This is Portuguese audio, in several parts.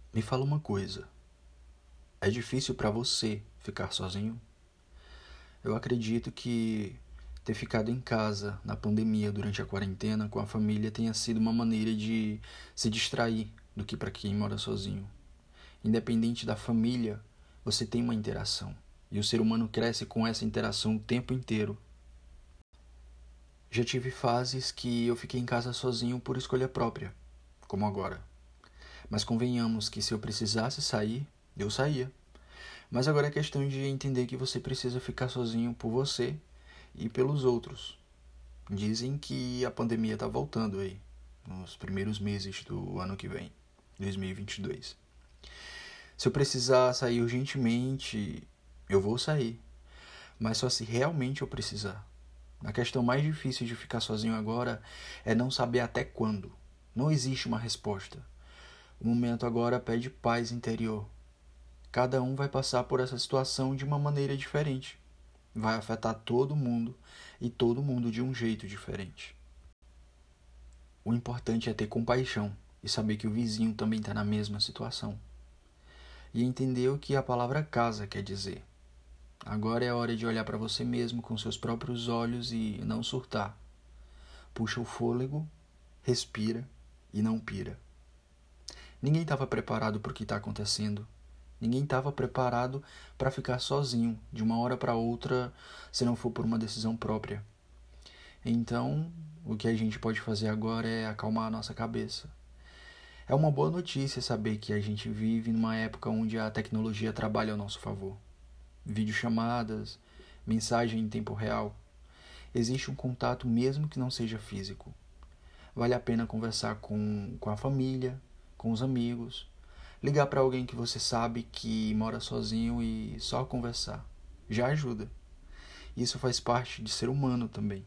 Me fala uma coisa, é difícil para você ficar sozinho? Eu acredito que ter ficado em casa na pandemia durante a quarentena com a família tenha sido uma maneira de se distrair do que para quem mora sozinho. Independente da família, você tem uma interação. E o ser humano cresce com essa interação o tempo inteiro. Já tive fases que eu fiquei em casa sozinho por escolha própria, como agora. Mas convenhamos que se eu precisasse sair, eu saía. Mas agora é questão de entender que você precisa ficar sozinho por você e pelos outros. Dizem que a pandemia está voltando aí, nos primeiros meses do ano que vem, 2022. Se eu precisar sair urgentemente, eu vou sair, mas só se realmente eu precisar. A questão mais difícil de ficar sozinho agora é não saber até quando. Não existe uma resposta. O momento agora pede paz interior. Cada um vai passar por essa situação de uma maneira diferente. Vai afetar todo mundo e todo mundo de um jeito diferente. O importante é ter compaixão e saber que o vizinho também está na mesma situação. E entender o que a palavra casa quer dizer. Agora é a hora de olhar para você mesmo com seus próprios olhos e não surtar. Puxa o fôlego, respira e não pira. Ninguém estava preparado para o que está acontecendo. Ninguém estava preparado para ficar sozinho de uma hora para outra, se não for por uma decisão própria. Então, o que a gente pode fazer agora é acalmar a nossa cabeça. É uma boa notícia saber que a gente vive numa época onde a tecnologia trabalha ao nosso favor. Videochamadas, mensagem em tempo real. Existe um contato mesmo que não seja físico. Vale a pena conversar com a família, com os amigos, ligar para alguém que você sabe que mora sozinho e só conversar. Já ajuda. Isso faz parte de ser humano também.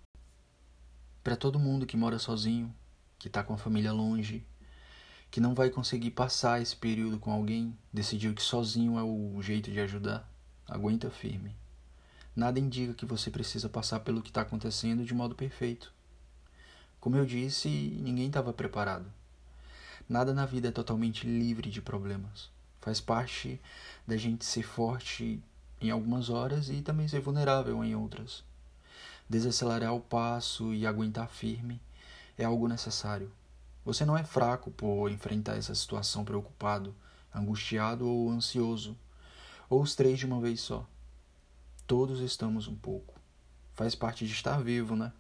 Para todo mundo que mora sozinho, que está com a família longe, que não vai conseguir passar esse período com alguém, decidiu que sozinho é o jeito de ajudar, aguenta firme. Nada indica que você precisa passar pelo que está acontecendo de modo perfeito. Como eu disse, ninguém estava preparado. Nada na vida é totalmente livre de problemas. Faz parte da gente ser forte em algumas horas e também ser vulnerável em outras. Desacelerar o passo e aguentar firme é algo necessário. Você não é fraco por enfrentar essa situação preocupado, angustiado ou ansioso, ou os três de uma vez só. Todos estamos um pouco. Faz parte de estar vivo, né?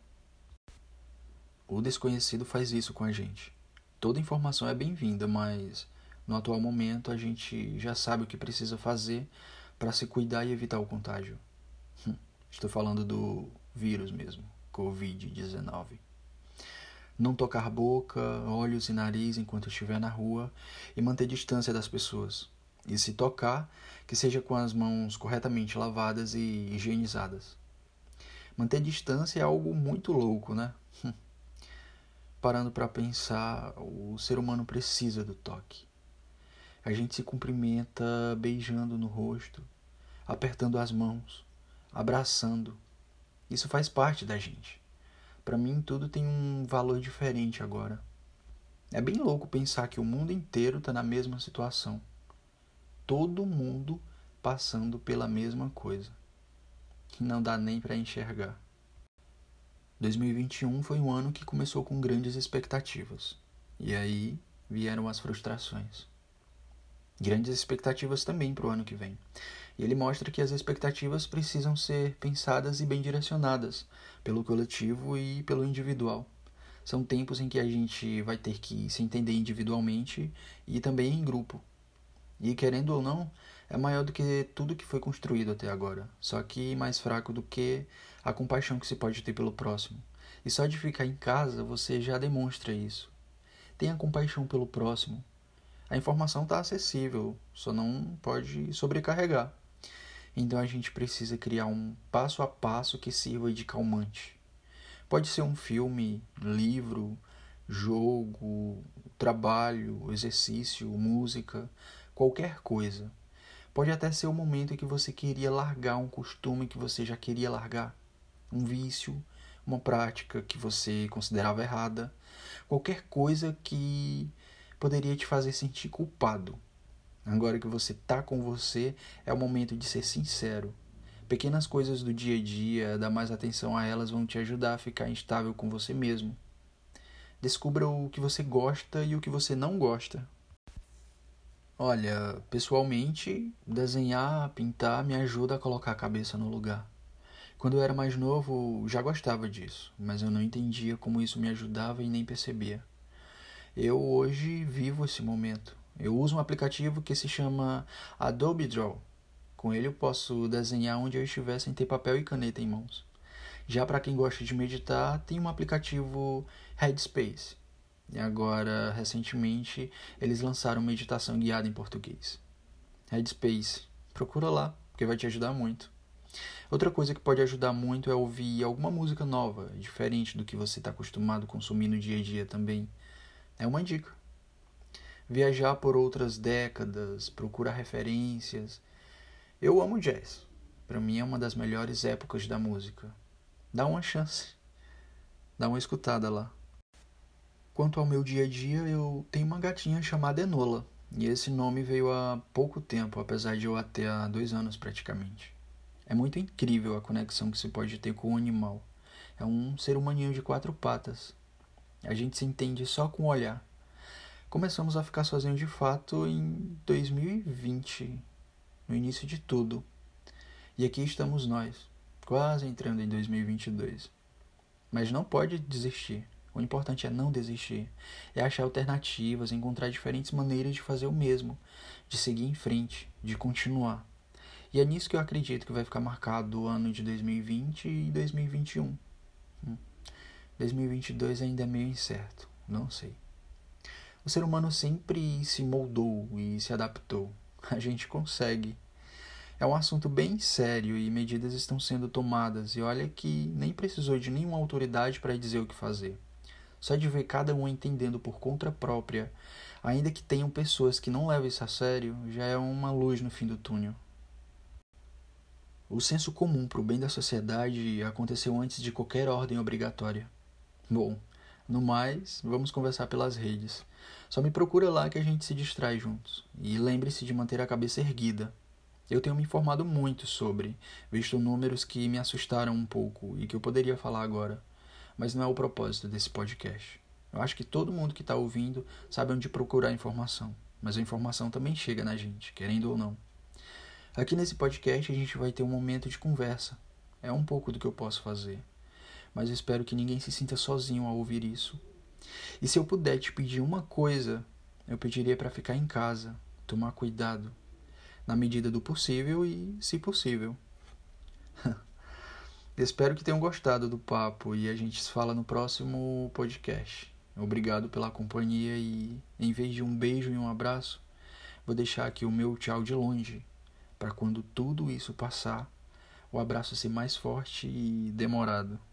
O desconhecido faz isso com a gente. Toda informação é bem-vinda, mas no atual momento a gente já sabe o que precisa fazer para se cuidar e evitar o contágio. Estou falando do vírus mesmo, Covid-19. Não tocar boca, olhos e nariz enquanto estiver na rua e manter distância das pessoas. E se tocar, que seja com as mãos corretamente lavadas e higienizadas. Manter distância é algo muito louco, né? Parando para pensar, o ser humano precisa do toque. A gente se cumprimenta beijando no rosto, apertando as mãos, abraçando. Isso faz parte da gente. Para mim, tudo tem um valor diferente agora. É bem louco pensar que o mundo inteiro está na mesma situação. Todo mundo passando pela mesma coisa. Não dá nem para enxergar. 2021 foi um ano que começou com grandes expectativas. E aí vieram as frustrações. Grandes expectativas também para o ano que vem. E ele mostra que as expectativas precisam ser pensadas e bem direcionadas pelo coletivo e pelo individual. São tempos em que a gente vai ter que se entender individualmente e também em grupo. E querendo ou não, é maior do que tudo que foi construído até agora, só que mais fraco do que a compaixão que se pode ter pelo próximo. E só de ficar em casa você já demonstra isso. Tenha compaixão pelo próximo. A informação está acessível, só não pode sobrecarregar. Então a gente precisa criar um passo a passo que sirva de calmante. Pode ser um filme, livro, jogo, trabalho, exercício, música, qualquer coisa. Pode até ser o momento em que você queria largar um costume que você já queria largar, um vício, uma prática que você considerava errada, qualquer coisa que poderia te fazer sentir culpado. Agora que você tá com você, é o momento de ser sincero. Pequenas coisas do dia a dia, dar mais atenção a elas vão te ajudar a ficar instável com você mesmo. Descubra o que você gosta e o que você não gosta. Olha, pessoalmente, desenhar, pintar me ajuda a colocar a cabeça no lugar. Quando eu era mais novo, já gostava disso, mas eu não entendia como isso me ajudava e nem percebia. Eu hoje vivo esse momento. Eu uso um aplicativo que se chama Adobe Draw. Com ele eu posso desenhar onde eu estiver sem ter papel e caneta em mãos. Já para quem gosta de meditar, tem um aplicativo Headspace. E agora, recentemente, eles lançaram meditação guiada em português. Headspace. Procura lá, porque vai te ajudar muito. Outra coisa que pode ajudar muito é ouvir alguma música nova, diferente do que você está acostumado a consumir no dia a dia também. É uma dica. Viajar por outras décadas, procurar referências. Eu amo jazz. Para mim é uma das melhores épocas da música. Dá uma chance. Dá uma escutada lá. Quanto ao meu dia a dia, eu tenho uma gatinha chamada Enola. E esse nome veio há pouco tempo, apesar de eu a ter há 2 anos praticamente. É muito incrível a conexão que se pode ter com o animal. É um ser humaninho de 4 patas. A gente se entende só com o olhar. Começamos a ficar sozinhos de fato em 2020, no início de tudo. E aqui estamos nós, quase entrando em 2022. Mas não pode desistir. O importante é não desistir. É achar alternativas, encontrar diferentes maneiras de fazer o mesmo, de seguir em frente, de continuar. E é nisso que eu acredito que vai ficar marcado o ano de 2020 e 2021. 2022 ainda é meio incerto, não sei. O ser humano sempre se moldou e se adaptou. A gente consegue. É um assunto bem sério e medidas estão sendo tomadas. E olha que nem precisou de nenhuma autoridade para dizer o que fazer. Só de ver cada um entendendo por conta própria, ainda que tenham pessoas que não levam isso a sério, já é uma luz no fim do túnel. O senso comum para o bem da sociedade aconteceu antes de qualquer ordem obrigatória. Bom, no mais, vamos conversar pelas redes. Só me procura lá que a gente se distrai juntos. E lembre-se de manter a cabeça erguida. Eu tenho me informado muito sobre, visto números que me assustaram um pouco e que eu poderia falar agora. Mas não é o propósito desse podcast. Eu acho que todo mundo que está ouvindo sabe onde procurar informação. Mas a informação também chega na gente, querendo ou não. Aqui nesse podcast a gente vai ter um momento de conversa. É um pouco do que eu posso fazer. Mas eu espero que ninguém se sinta sozinho ao ouvir isso. E se eu puder te pedir uma coisa, eu pediria para ficar em casa, tomar cuidado, na medida do possível e, se possível. Espero que tenham gostado do papo e a gente se fala no próximo podcast. Obrigado pela companhia e, em vez de um beijo e um abraço, vou deixar aqui o meu tchau de longe, para quando tudo isso passar, o abraço ser mais forte e demorado.